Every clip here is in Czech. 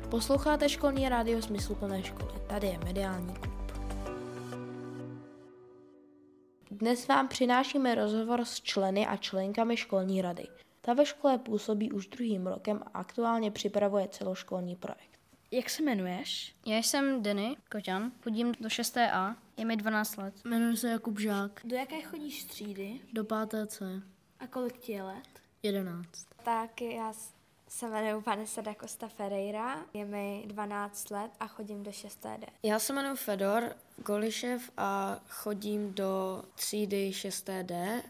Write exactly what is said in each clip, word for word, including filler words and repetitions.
Posloucháte školní rádio Smysluplné školy. Tady je Mediální klub. Dnes vám přinášíme rozhovor s členy a členkami školní rady. Ta ve škole působí už druhým rokem a aktuálně připravuje celoškolní projekt. Jak se jmenuješ? Já jsem Denny Koťan, chodím do šesté A, je mi dvanáct let. Jmenuji se Jakub Žák. Do jaké chodíš třídy? Do páté C. A kolik ti je let? Jedenáct. Tak já se jmenuji Vanessa da Costa Ferreira, je mi dvanáct let a chodím do šesté D. Já se jmenuji Fedor Golišev a chodím do třídy šesté D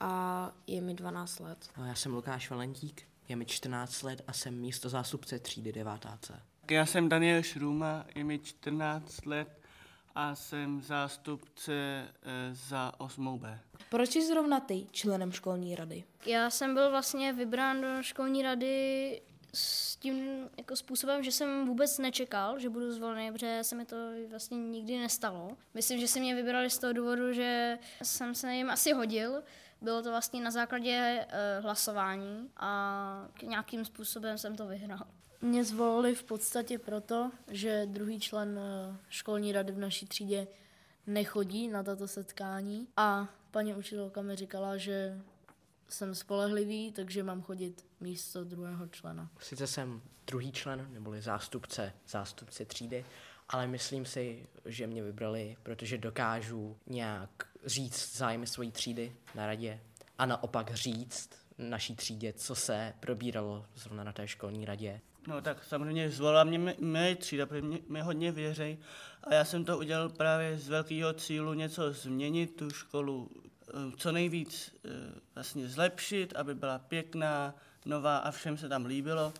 a je mi dvanáct let. Já jsem Lukáš Valentík, je mi čtrnáct let a jsem místozástupce třídy devátá C. Já jsem Daniel Šruma, je mi čtrnáct let a jsem zástupce e, za osmou B. Proč jsi zrovna ty členem školní rady? Já jsem byl vlastně vybrán do školní rady s tím jako způsobem, že jsem vůbec nečekal, že budu zvolený, protože se mi to vlastně nikdy nestalo. Myslím, že si mě vybrali z toho důvodu, že jsem se jim asi hodil. Bylo to vlastně na základě uh, hlasování a nějakým způsobem jsem to vyhrál. Mě zvolili v podstatě proto, že druhý člen školní rady v naší třídě nechodí na tato setkání a paní učitelka mi říkala, že jsem spolehlivý, takže mám chodit místo druhého člena. Sice jsem druhý člen, neboli zástupce, zástupce třídy, ale myslím si, že mě vybrali, protože dokážu nějak říct zájmy své třídy na radě a naopak říct naší třídě, co se probíralo zrovna na té školní radě. No tak samozřejmě zvolila mě mé třída, protože mě, mě hodně věří a já jsem to udělal právě z velkého cílu něco změnit, tu školu co nejvíc vlastně zlepšit, aby byla pěkná, nová a všem se tam líbilo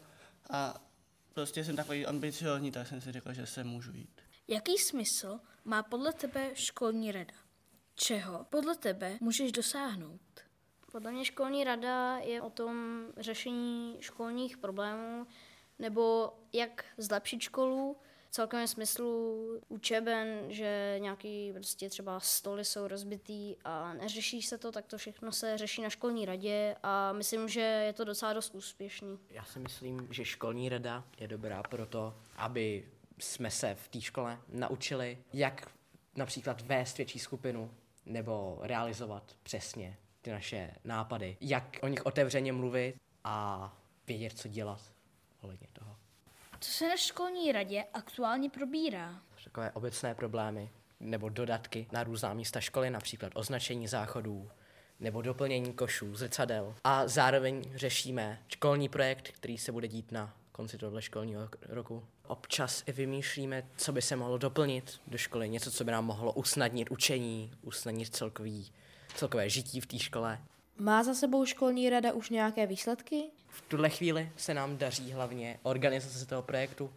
a prostě jsem takový ambiciozní, tak jsem si řekl, že se můžu jít. Jaký smysl má podle tebe školní rada? Čeho podle tebe můžeš dosáhnout? Podle mě školní rada je o tom řešení školních problémů nebo jak zlepšit školu, v celkovém smyslu učeben, že nějaký prostě třeba stoly jsou rozbitý a neřeší se to, tak to všechno se řeší na školní radě a myslím, že je to docela dost úspěšný. Já si myslím, že školní rada je dobrá proto, aby jsme se v té škole naučili, jak například vést větší skupinu nebo realizovat přesně ty naše nápady, jak o nich otevřeně mluvit a vědět, co dělat ohledně toho. Co se na školní radě aktuálně probírá? Takové obecné problémy nebo dodatky na různá místa školy, například označení záchodů nebo doplnění košů, zrcadel. A zároveň řešíme školní projekt, který se bude dít na konci tohoto školního roku. Občas i vymýšlíme, co by se mohlo doplnit do školy, něco, co by nám mohlo usnadnit učení, usnadnit celkový, celkové žití v té škole. Má za sebou školní rada už nějaké výsledky? V tuhle chvíli se nám daří hlavně organizace toho projektu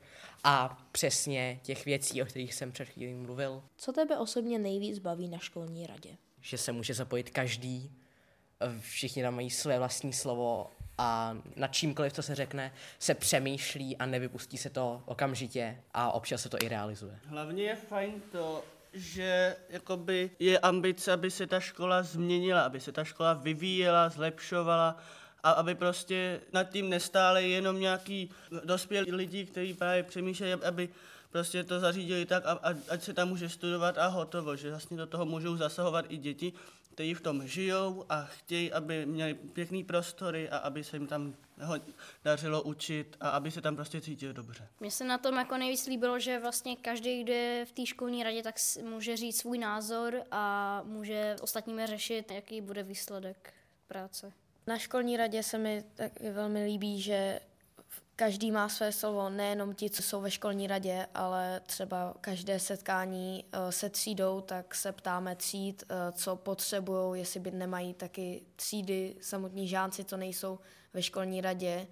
a přesně těch věcí, o kterých jsem před chvílí mluvil. Co tebe osobně nejvíc baví na školní radě? Že se může zapojit každý, všichni tam mají své vlastní slovo a nad čímkoliv, co se řekne, se přemýšlí a nevypustí se to okamžitě a občas se to i realizuje. Hlavně je fajn to, že jakoby je ambice, aby se ta škola změnila, aby se ta škola vyvíjela, zlepšovala a aby prostě nad tím nestále jenom nějaký dospělí lidi, kteří právě přemýšlejí, aby prostě to zařídili tak, a, a, ať se tam může studovat a hotovo, že vlastně do toho můžou zasahovat i děti, kteří v tom žijou a chtějí, aby měli pěkný prostory a aby se jim tam dařilo učit a aby se tam prostě cítili dobře. Mně se na tom jako nejvíc líbilo, že vlastně každý, kdo je v té školní radě, tak může říct svůj názor a může ostatními řešit, jaký bude výsledek práce. Na školní radě se mi taky velmi líbí, že každý má své slovo, nejenom ti, co jsou ve školní radě, ale třeba každé setkání se třídou, tak se ptáme tříd, co potřebují, jestli by nemají taky třídy, samotní žáci, co nejsou ve školní radě,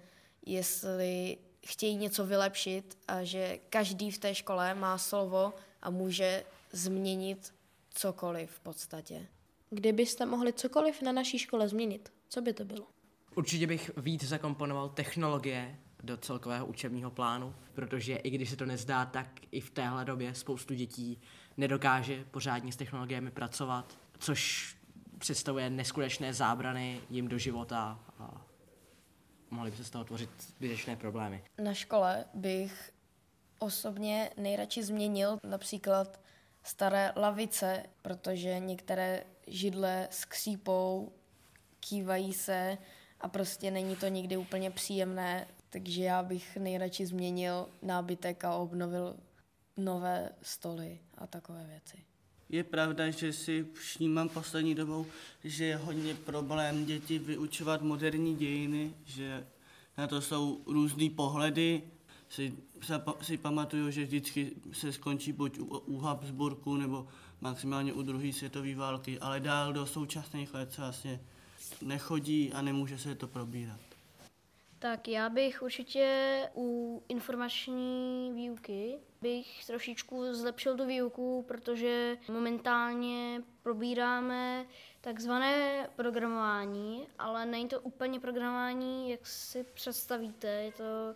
jestli chtějí něco vylepšit a že každý v té škole má slovo a může změnit cokoliv v podstatě. Kdybyste mohli cokoliv na naší škole změnit, co by to bylo? Určitě bych víc zakomponoval technologie do celkového učebního plánu, protože i když se to nezdá, tak i v téhle době spoustu dětí nedokáže pořádně s technologiemi pracovat, což představuje neskutečné zábrany jim do života a mohly by se z toho tvořit zbytečné problémy. Na škole bych Osobně nejradši změnil například staré lavice, protože některé židle skřípou, kývají se a prostě není to nikdy úplně příjemné, takže já bych nejradši změnil nábytek a obnovil nové stoly a takové věci. Je pravda, že si všímám poslední dobou, že je hodně problém děti vyučovat moderní dějiny, že na to jsou různý pohledy. Si, si pamatuju, že vždycky se skončí buď u, u Habsburku nebo maximálně u druhé světové války, ale dál do současných let se vlastně nechodí a nemůže se to probírat. Tak já bych určitě u informační výuky bych trošičku zlepšil tu výuku, protože momentálně probíráme takzvané programování, ale není to úplně programování, jak si představíte. Je to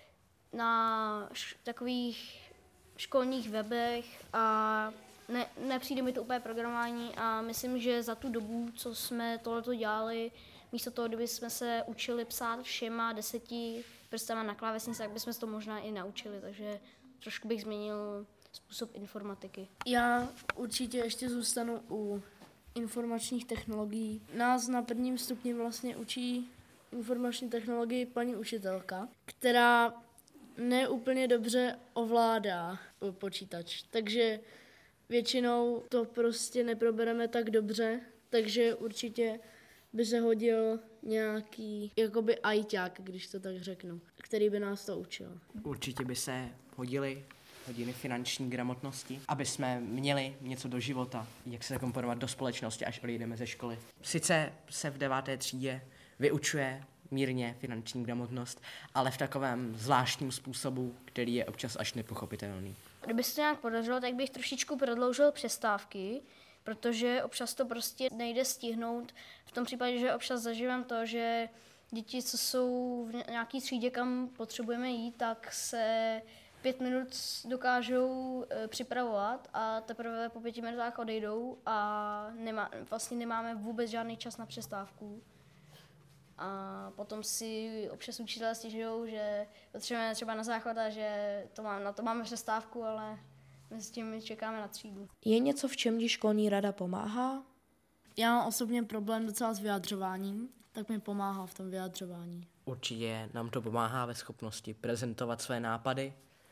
na š- takových školních webech a ne, nepřijde mi to úplně programování a myslím, že za tu dobu, co jsme tohleto dělali, místo toho, kdyby jsme se učili psát všema deseti prstama na klávesnici, tak bychom se to možná i naučili, takže trošku bych změnil způsob informatiky. Já určitě ještě zůstanu u informačních technologií. Nás na prvním stupni vlastně učí informační technologii paní učitelka, která neúplně dobře ovládá počítač, takže většinou to prostě neprobereme tak dobře, takže určitě by se hodil nějaký jakoby ajťák, když to tak řeknu, který by nás to učil. Určitě by se hodily hodiny finanční gramotnosti, aby jsme měli něco do života, jak se komponovat do společnosti, až odejdeme ze školy. Sice se v deváté třídě vyučuje mírně finanční gramotnost, ale v takovém zvláštním způsobu, který je občas až nepochopitelný. Kdyby se to nějak podařilo, tak bych trošičku prodloužil přestávky, protože občas to prostě nejde stihnout. V tom případě, že občas zažívám to, že děti, co jsou v nějaký třídě, kam potřebujeme jít, tak se pět minut dokážou e, připravovat a teprve po pěti minutách odejdou a nemá, vlastně nemáme vůbec žádný čas na přestávku. A potom si občas učitelé stěžují, že potřebujeme třeba na záchod a že to má, na to máme přestávku, ale my s tím čekáme na třídu. Je něco, v čem ti školní rada pomáhá? Já mám osobně problém docela s vyjadřováním, tak mi pomáhá v tom vyjadřování. Určitě nám to pomáhá ve schopnosti prezentovat své nápady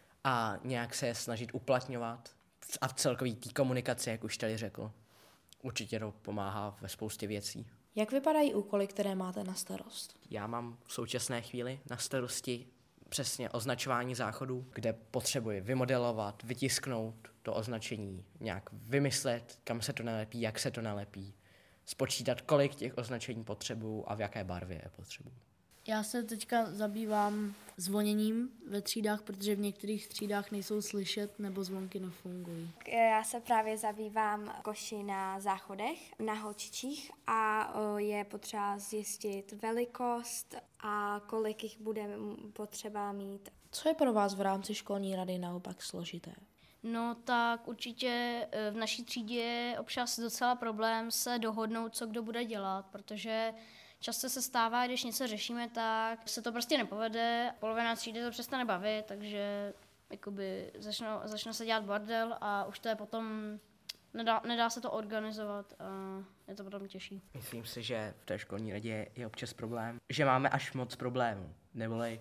a nějak se je snažit uplatňovat a v celkový té komunikaci, jak už tady řekl. Určitě to pomáhá ve spoustě věcí. Jak vypadají úkoly, které máte na starost? Já mám v současné chvíli na starosti přesně označování záchodů, kde potřebuji vymodelovat, vytisknout to označení, nějak vymyslet, kam se to nalepí, jak se to nalepí, spočítat, kolik těch označení potřebuju a v jaké barvě je potřebuju. Já se teďka zabývám zvoněním ve třídách, protože v některých třídách nejsou slyšet nebo zvonky nefungují. Já se právě zabývám koši na záchodech, na holčičích a je potřeba zjistit velikost a kolik jich bude potřeba mít. Co je pro vás v rámci školní rady naopak složité? No tak určitě v naší třídě je občas docela problém se dohodnout, co kdo bude dělat, protože často se stává, když něco řešíme, tak se to prostě nepovede, polovina třídy to přestane bavit, takže jakoby začnou, začne se dělat bordel a už to je potom, nedá, nedá se to organizovat a je to potom těžší. Myslím si, že v té školní radě je občas problém, že máme až moc problémů, neboli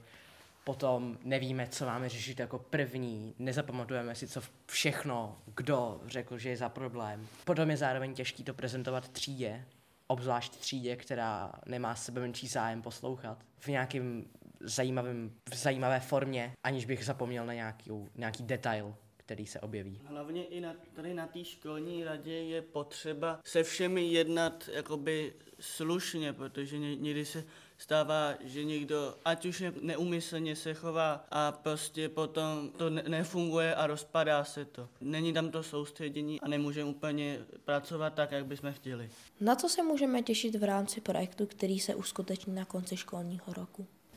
potom nevíme, co máme řešit jako první, nezapamatujeme si, co všechno, kdo řekl, že je za problém. Potom je zároveň těžké to prezentovat třídě, obzvlášť třídě, která nemá sebe menší zájem poslouchat v nějakým zajímavým, v zajímavé formě, aniž bych zapomněl na nějaký, nějaký detail, který se objeví. Hlavně i na, tady na té školní radě je potřeba se všemi jednat jakoby slušně, protože ně, někdy se stává, že někdo, ať už neumyslně se chová a prostě potom to ne- nefunguje a rozpadá se to. Není tam to soustředění a nemůžeme úplně pracovat tak, jak bychom chtěli. Na co se můžeme těšit v rámci projektu, který se uskuteční na konci školního roku?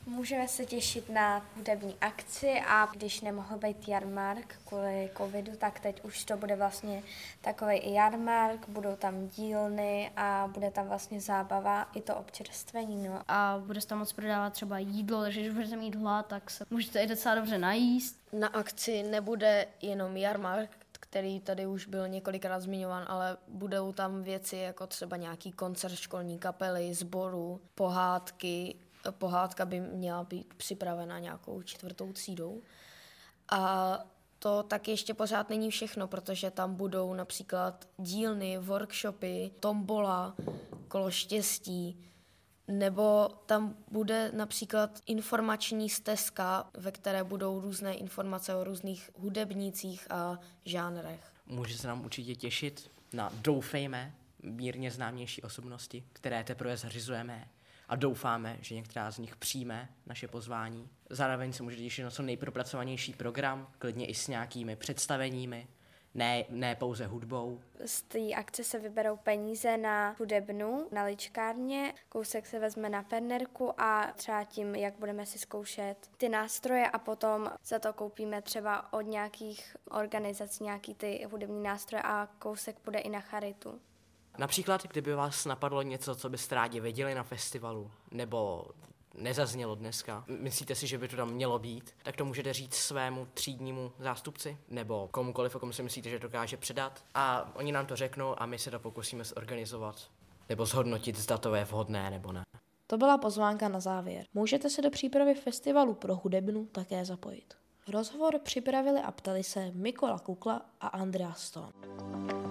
Můžeme se těšit na hudební akci a když nemohl být jarmark kvůli covidu, tak teď už to bude vlastně takový i jarmark, budou tam dílny a bude tam vlastně zábava i to občerstvení. No. A bude se tam moc prodávat třeba jídlo, takže když budete mít hlad, tak se můžete i docela dobře najíst. Na akci nebude jenom jarmark, který tady už byl několikrát zmiňován, ale budou tam věci jako třeba nějaký koncert školní kapely, sboru, pohádky. Pohádka by měla být připravena nějakou čtvrtou třídou. A to tak ještě pořád není všechno, protože tam budou například dílny, workshopy, tombola, kolo štěstí, nebo tam bude například informační stezka, ve které budou různé informace o různých hudebnících a žánrech. Může se nám určitě těšit na, doufejme, mírně známější osobnosti, které teprve zařizujeme a doufáme, že některá z nich přijme naše pozvání. Zároveň se může těšit na co nejpropracovanější program, klidně i s nějakými představeními, ne, ne pouze hudbou. Z té akce se vyberou peníze na hudebnu, na ličkárně, kousek se vezme na pernerku a třeba tím, jak budeme si zkoušet ty nástroje a potom za to koupíme třeba od nějakých organizací nějaký ty hudební nástroje a kousek půjde i na charitu. Například, kdyby vás napadlo něco, co byste rádi viděli na festivalu, nebo nezaznělo dneska, myslíte si, že by to tam mělo být, tak to můžete říct svému třídnímu zástupci, nebo komukoliv, o kom si myslíte, že dokáže předat. A oni nám to řeknou a my se to pokusíme zorganizovat, nebo zhodnotit, zda to je vhodné, nebo ne. To byla pozvánka na závěr. Můžete se do přípravy festivalu pro hudebnu také zapojit. Rozhovor připravili a ptali se Mikola Kukla a Andrea Stone.